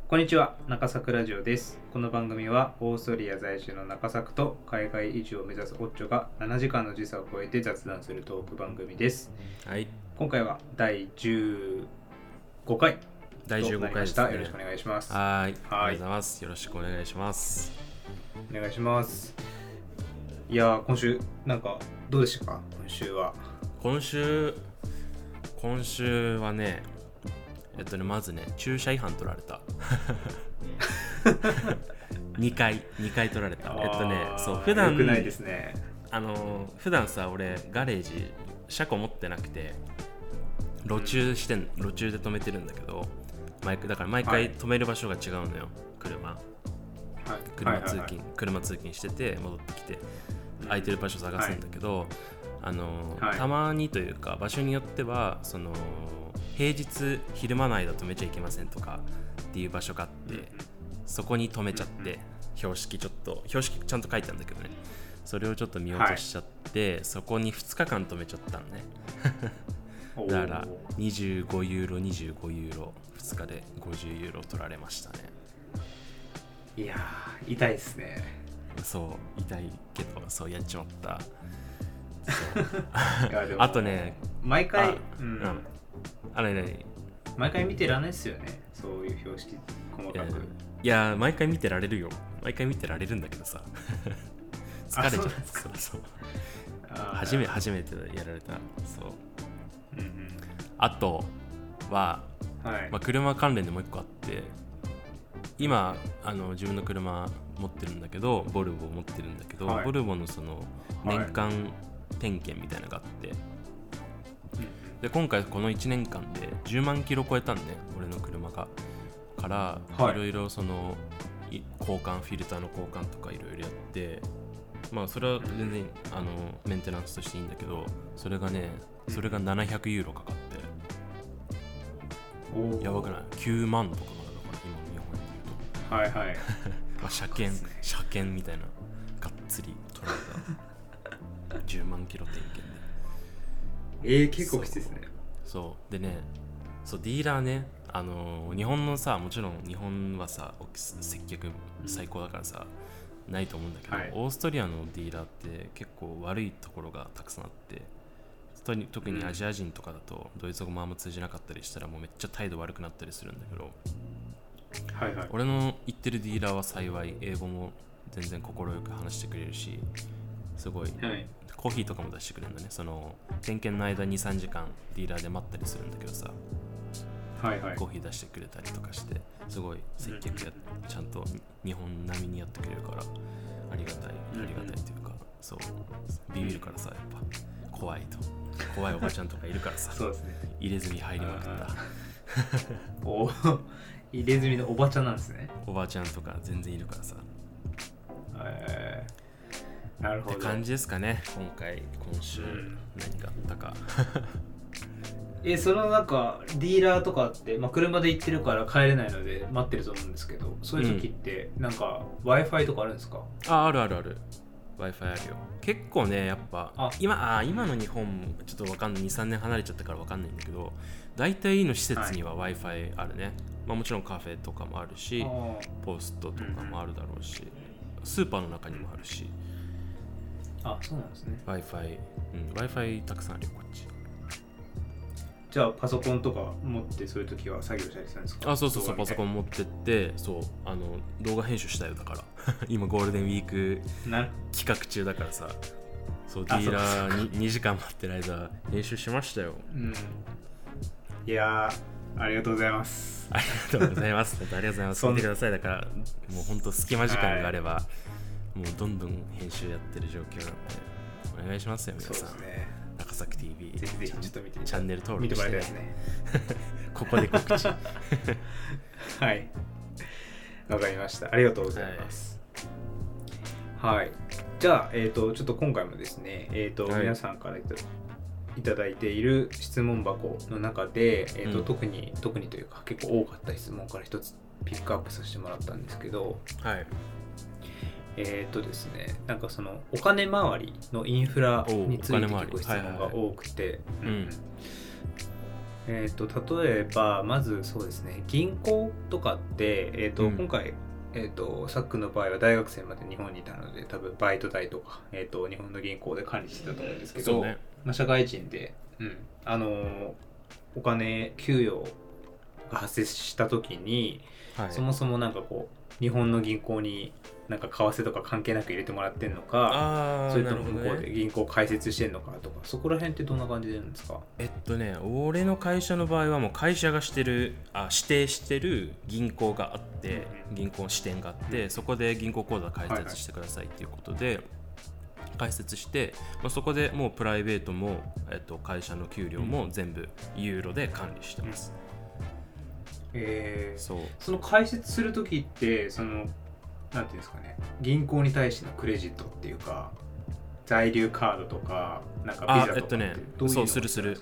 こんにちは、中作ラジオです。この番組はオーストリア在住の中作と海外移住を目指すオッチョが7時間の時差を超えて雑談するトーク番組です。 はい。 今回は第15回第15 となりました。よろしくお願いします。 はい。ありがとうございます。よろしくお願いします。 お願いします。いやー、今週なんかどうでしたか？今週は。 今週はね、まずね、駐車違反取られた。2回取られた。そう、普段良くないですね。 普段さ、俺、ガレージ、車庫持ってなくて、路中で止めてるんだけど、だから毎回止める場所が違うのよ、車通勤してて、戻ってきて、空いてる場所探すんだけど、たまにというか、場所によっては、平日昼間の間止めちゃいけませんとかっていう場所があって、そこに止めちゃって、標識ちゃんと書いたんだけどね、それをちょっと見落としちゃって、そこに2日間止めちゃったのね。だから25ユーロ2日で50ユーロ取られましたね。 いやー、痛いですね。 そう痛いけど、そうやっちまった。 いやでもあとね、 毎回毎回見てらんないっすよね、そういう標識細かく。 いや毎回見てられるよ。毎回見てられるんだけどさ。疲れちゃう。そう初めてやられた。そう、あとは、車関連でもう一個あって、今自分の車持ってるんだけど、ボルボ持ってるんだけど、ボルボのその年間点検みたいなのがあって、で今回この1年間で10万キロ超えたんね、俺の車が。から、いろいろそのフィルターの交換とかいろいろやって、まあそれは全然メンテナンスとしていいんだけど、それが700ユーロかかって、やばくない？ 9 万とかかな、今の日本で言うと。はいはい。まあ車検みたいな、がっつり取られた10万キロ点検で。 結構きついですね。 そうでね、そうディーラーね、日本のさ、もちろん日本はさ接客最高だからさ、ないと思うんだけど、オーストリアのディーラーって結構悪いところがたくさんあって、特にアジア人とかだとドイツ語もあんま通じなかったりしたら、もうめっちゃ態度悪くなったりするんだけど、俺の行ってるディーラーは幸い英語も全然快く話してくれるし、すごい、コーヒーとかも出してくれるんだね。その点検の間 2,3 時間ディーラーで待ったりするんだけどさ、コーヒー出してくれたりとかして、すごい接客ちゃんと日本並みにやってくれるから、ありがたいというか、そうビビるからさ、やっぱ怖いおばちゃんとかいるからさ。 そうですね、 入れ墨入りまくった。 入れ墨のおばちゃんなんですね。 おばちゃんとか全然いるからさ。 なるほどって感じですかね。今週何があったか。 そのなんかディーラーとかって、車で行ってるから帰れないので待ってると思うんですけど、そういう時ってなんか Wi-Fi とかあるんですか？ ある Wi-Fi あるよ。結構ね、やっぱ今の日本ちょっと分かんない、 2,3 年離れちゃったから分かんないんだけど、大体の施設には Wi-Fi あるね。もちろんカフェとかもあるし、ポストとかもあるだろうし、スーパーの中にもあるし。 そうなんですね。 Wi-Fi たくさんあるよ、こっち。 じゃあパソコンとか持ってそういう時は作業したりするんですか？ そうパソコン持ってって、そう動画編集したよ。だから今ゴールデンウィーク企画中だからさ、そうディーラーに2時間待ってる間編集しましたよ。 いやー、ありがとうございます。 ありがとうございます。見てください。だからもうほんと隙間時間があれば、もうどんどん編集やってる状況なんで、お願いしますよ皆さん。そうですね、中作 TV ぜひちょっと見て、 チャンネル登録して見てもらいたいですね。 ここで告知。 はい、わかりました。ありがとうございます。はい、じゃあ、ちょっと今回もですね、皆さんからいただいている質問箱の中で、特にというか結構多かった質問から一つピックアップさせてもらったんですけど、ですね、なんかそのお金回りのインフラについてご質問が多くて、 例えばまずそうですね、銀行とかって、今回、サックの場合は大学生まで日本にいたので、多分バイト代とか、日本の銀行で管理してたと思うんですけど、 ね、 まあ、社会人で、お金給与が発生した時に、はい、そもそもなんかこう日本の銀行になんか為替とか関係なく入れてもらってんのか、それとも向こうで銀行開設してんのかとか、そこら辺ってどんな感じでなんですか？ 俺の会社の場合はもう会社が指定してる銀行があって、銀行支店があって、そこで銀行口座開設してくださいっていうことで、開設して、そこでもうプライベートも、会社の給料も全部ユーロで管理してます。 その開設するときってなんていうんですかね、銀行に対してのクレジットっていうか在留カードとかなんかビザとかってどういうの？ そうする、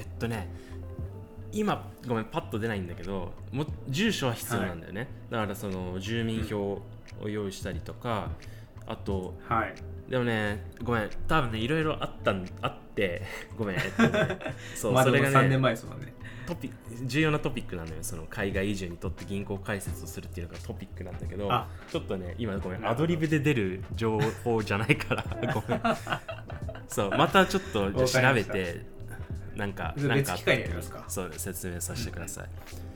今ごめんパッと出ないんだけど、住所は必要なんだよね、だからその住民票を用意したりとか、あと、でもねごめん多分ねいろいろあってごめんそうまあ、それがね3年前ですもんね。 重要なトピックなんだよ。その海外移住にとって銀行開設をするっていうのがトピックなんだけど、ちょっとね今ごめんアドリブで出る情報じゃないからごめんそうまたちょっと調べてなんか別機会にやりますか？ そう説明させてください。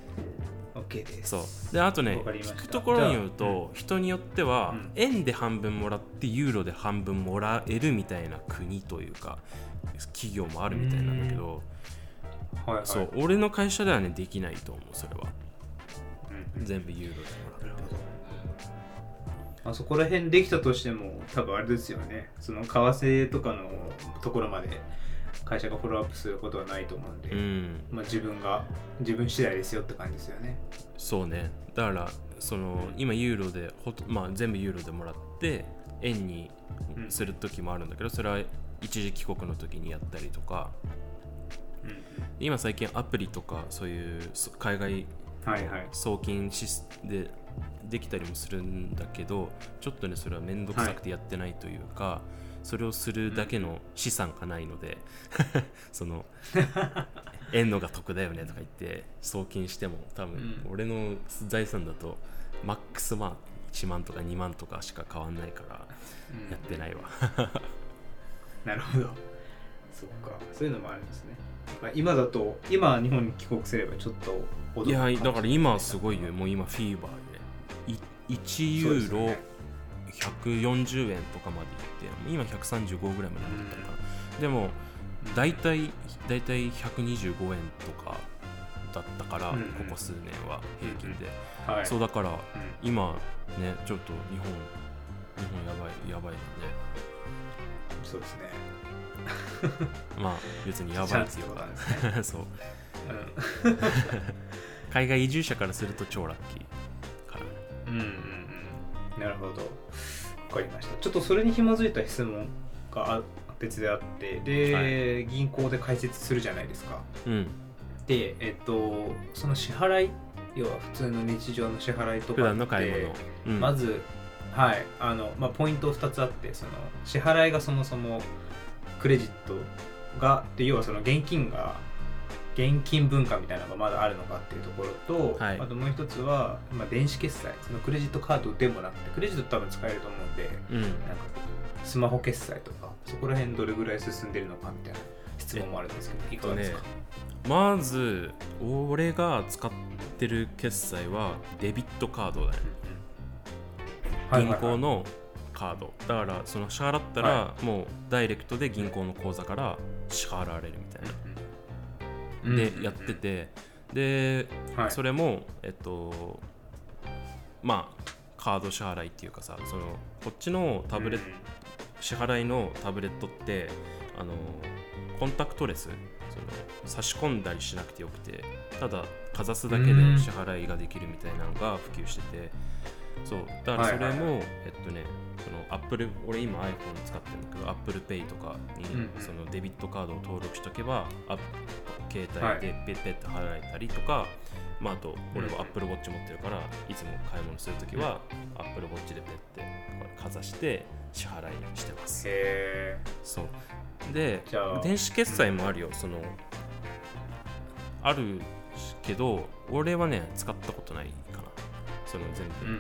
OK です。 そうであとね聞くところによると、人によっては円で半分もらってユーロで半分もらえるみたいな国というか企業もあるみたいなんだけど、そう俺の会社ではねできないと思う。それは、全部ユーロでもらう。 そこら辺できたとしても多分あれですよね、その為替とかのところまで会社がフォローアップすることはないと思うんで、まあ、自分次第ですよって感じですよね。 そうね、だから今ユーロで全部ユーロでもらって円にする時もあるんだけど、それは一時帰国の時にやったりとか、今最近アプリとかそういう海外送金できたりもするんだけど、ちょっとねそれは面倒くさくてやってないというか、それをするだけの資産がないのでその円のが得だよねとか言って送金しても多分俺の財産だとマックス1万とか2万とかしか変わんないからやってないわなるほど、そっか、そういうのもあるんですね。今日本に帰国すればちょっと驚く。いやだから今すごいよ、もう今フィーバーで1ユーロ140円とかまでいって、今135ぐらいまでなったのかな、でもだいたい125円とかだったから、ここ数年は平均で、そうだから、今ねちょっと日本やばいよね。 そうですねまあ別にやばいですよそう、海外移住者からすると超ラッキーからなるほど、分かりました。ちょっとそれに紐づいた質問が別であって、で、銀行で開設するじゃないですか、で、その支払い、要は普通の日常の支払いとかって普段の買い物、 まずポイント2つあって、その支払いがそもそもクレジットがで、要はその現金文化みたいなのがまだあるのかっていうところと、あともう一つは、電子決済、そのクレジットカードでもなくて、クレジット多分使えると思うんで、なんかスマホ決済とかそこら辺どれぐらい進んでるのかみたいな質問もあるんですけど、いかがですか？ まず俺が使ってる決済はデビットカードだね、銀行のカードだから、その支払ったらもうダイレクトで銀行の口座から支払われるみたいな、でやってて、で、それもカード支払いっていうかさ、こっちのタブレット、支払いのタブレットってコンタクトレス、差し込んだりしなくてよくて、ただかざすだけで支払いができるみたいなのが普及してて、そうだからそれも、そのApple、俺今 iPhone 使ってるんだけど Apple Pay とかにそのデビットカードを登録しとけば、携帯でペッペッて払えたりとか、あと俺は Apple Watch 持ってるから、いつも買い物するときは Apple Watch でペッてかざして支払いにしてます。そうで、電子決済もあるよ。 あるけど俺はね使ったことないかな、その全部、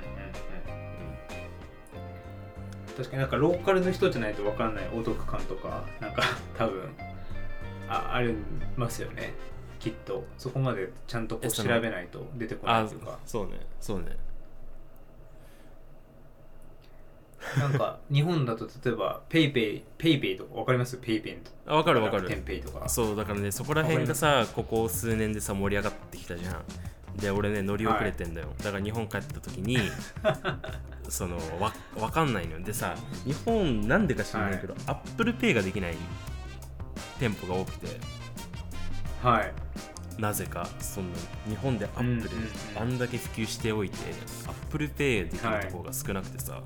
確かになんかローカルの人じゃないと分かんないお得感とかなんか多分ありますよね、きっと。そこまでちゃんとこう調べないと出てこないというか。 そうねなんか日本だと例えばペイペイとか分かります？ペイペイとわかる楽天ペイとか。 そうだからね、そこら辺がさここ数年でさ盛り上がってきたじゃん。で俺ね乗り遅れてんだよ、だから日本帰った時にそのわかんないのよ。でさ日本なんでか知らないけど、アップルペイができない店舗が多くて、なぜかその日本でアップルあんだけ普及しておいて、アップルペイできるところが少なくてさ、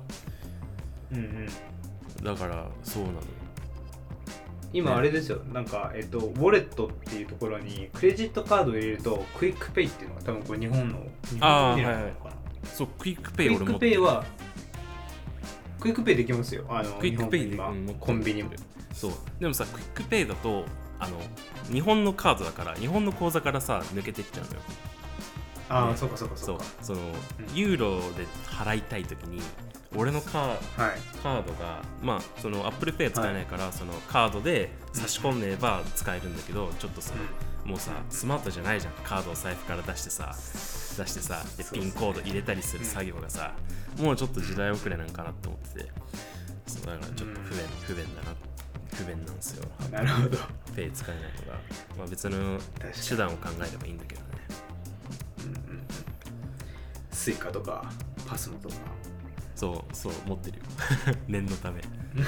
だからそうなのよ。 今あれですよ、なんかウォレットっていうところにクレジットカードを入れるとクイックペイっていうのが多分これ日本のはいそうクイックペイ俺持ってる。 クイックペイできますよ、 クイックペイでコンビニも。 そうでもさクイックペイだと日本のカードだから日本の口座からさ抜けてっちゃうのよ。 そうかそのユーロで払いたいときに俺のカードがまあその Apple Pay 使えないから、そのカードで差し込めば使えるんだけど、ちょっとさもうさスマートじゃないじゃん。カードを財布から出してさでピンコード入れたりする作業がさ、もうちょっと時代遅れなんかなって思ってて、そうだからちょっと不便なんですよ。 なるほど。 ペイ使えないとか、まあ、別の手段を考えればいいんだけどね。 スイカとかパスモとか。 そう持ってるよ念のため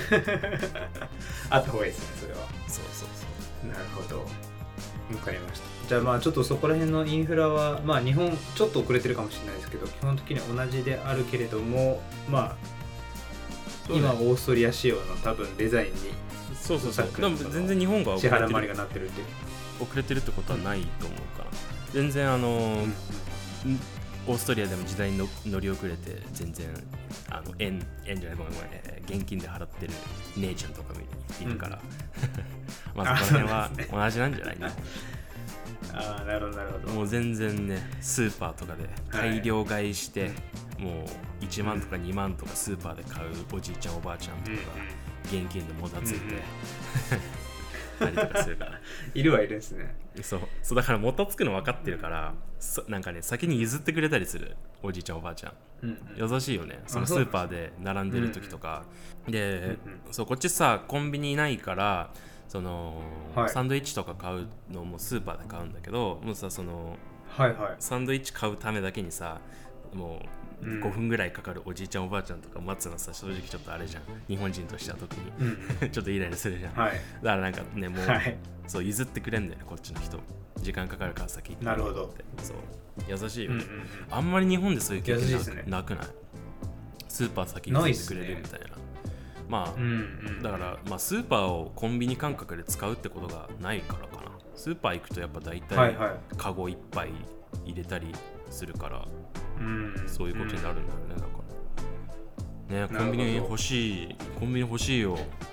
あった方がいいですね、それは。そうなるほど、分かりました。じゃあまあちょっとそこら辺のインフラはまあ日本ちょっと遅れてるかもしれないですけど、基本的には同じであるけれども、まあ今オーストリア仕様の多分デザインにでも全然日本が支払回りがなってるっていう遅れてるってことはないと思うから、全然オーストリアでも時代に乗り遅れて全然円じゃないごめん現金で払ってる姉ちゃんとかもいるから、まあそこら辺は同じなんじゃないの。 なるほど。もう全然ねスーパーとかで大量買いして、もう1万とか2万とかスーパーで買うおじいちゃんおばあちゃんとかが現金でもたついてたりとかするからいるですね。 そうだからもたつくの分かってるから、なんかね先に譲ってくれたりするおじいちゃんおばあちゃん、優しいよね。そのスーパーで並んでる時とかで、そうこっちさコンビニないからその、サンドイッチとか買うのもスーパーで買うんだけど、もうさその、サンドイッチ買うためだけにさもう5分ぐらいかかるおじいちゃんおばあちゃんとか待つのさ、正直ちょっとあれじゃん、日本人としては特に、ちょっとイライラするじゃん、だからなんかねもう、そう譲ってくれんだよねこっちの人。時間かかるから先行って。 なるほど。 そう優しいよね、あんまり日本でそういう経験なくない？スーパー先に譲ってくれるみたいな。まあ、だから、まあ、スーパーをコンビニ感覚で使うってことがないからかな。スーパー行くとやっぱ大体カゴいっぱい入れたりするから、そういうことになるんだよね。だからね、コンビニ欲しいよ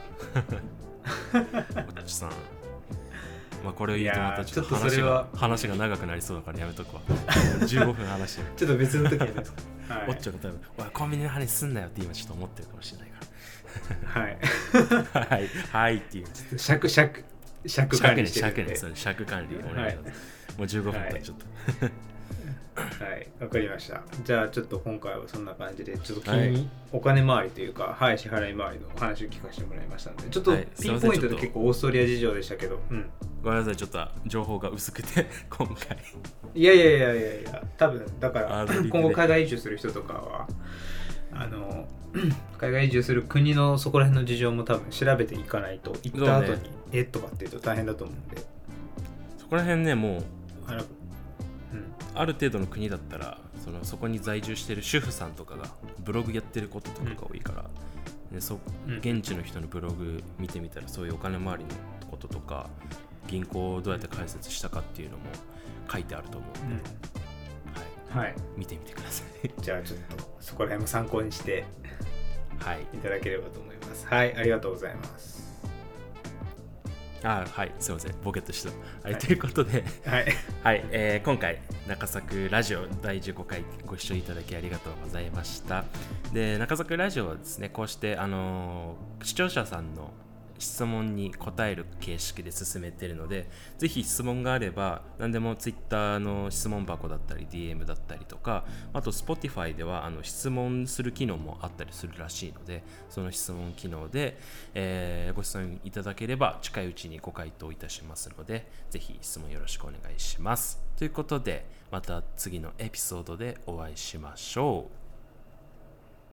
おっちさん。まあこれを言うとまたちょっと話が長くなりそうだからやめとくわ15分話してるちょっと別の時にですかおっちゃんが多分おいコンビニの話すんなよって今ちょっと思ってるかもしれないからはいっていう尺管理してるんで尺管理お願いします、もう15分経っちゃったはいわかりました。じゃあちょっと今回はそんな感じでちょっとお金回りというか、支払い回りのお話を聞かせてもらいましたので、ちょっとピンポイントで結構オーストリア事情でしたけど、 ごめんなさいちょっと情報が薄くて今回いや多分だから今後海外移住する人とかは海外移住する国のそこら辺の事情も多分調べていかないと、行った後にとかっていうと大変だと思うんで、 そこら辺ねもうある程度の国だったらそこに在住してる主婦さんとかがブログやってることとかが多いから、現地の人のブログ見てみたらそういうお金回りのこととか銀行をどうやって開設したかっていうのも書いてあると思うんで、見てみてくださいじゃあちょっとそこら辺も参考にしていただければと思います。ありがとうございます。 はい、すいません、ボケとした。はい、ということで、 はい、 はい、今回、中作ラジオ第15回ご視聴いただきありがとうございました。で、中作ラジオはですね、こうして、視聴者さんの質問に答える形式で進めているので、ぜひ質問があれば何でも Twitter の質問箱だったり DM だったりとか、あと Spotify では質問する機能もあったりするらしいので、その質問機能で、ご質問いただければ近いうちにご回答いたしますので、ぜひ質問よろしくお願いします。ということで、また次のエピソードでお会いしましょう。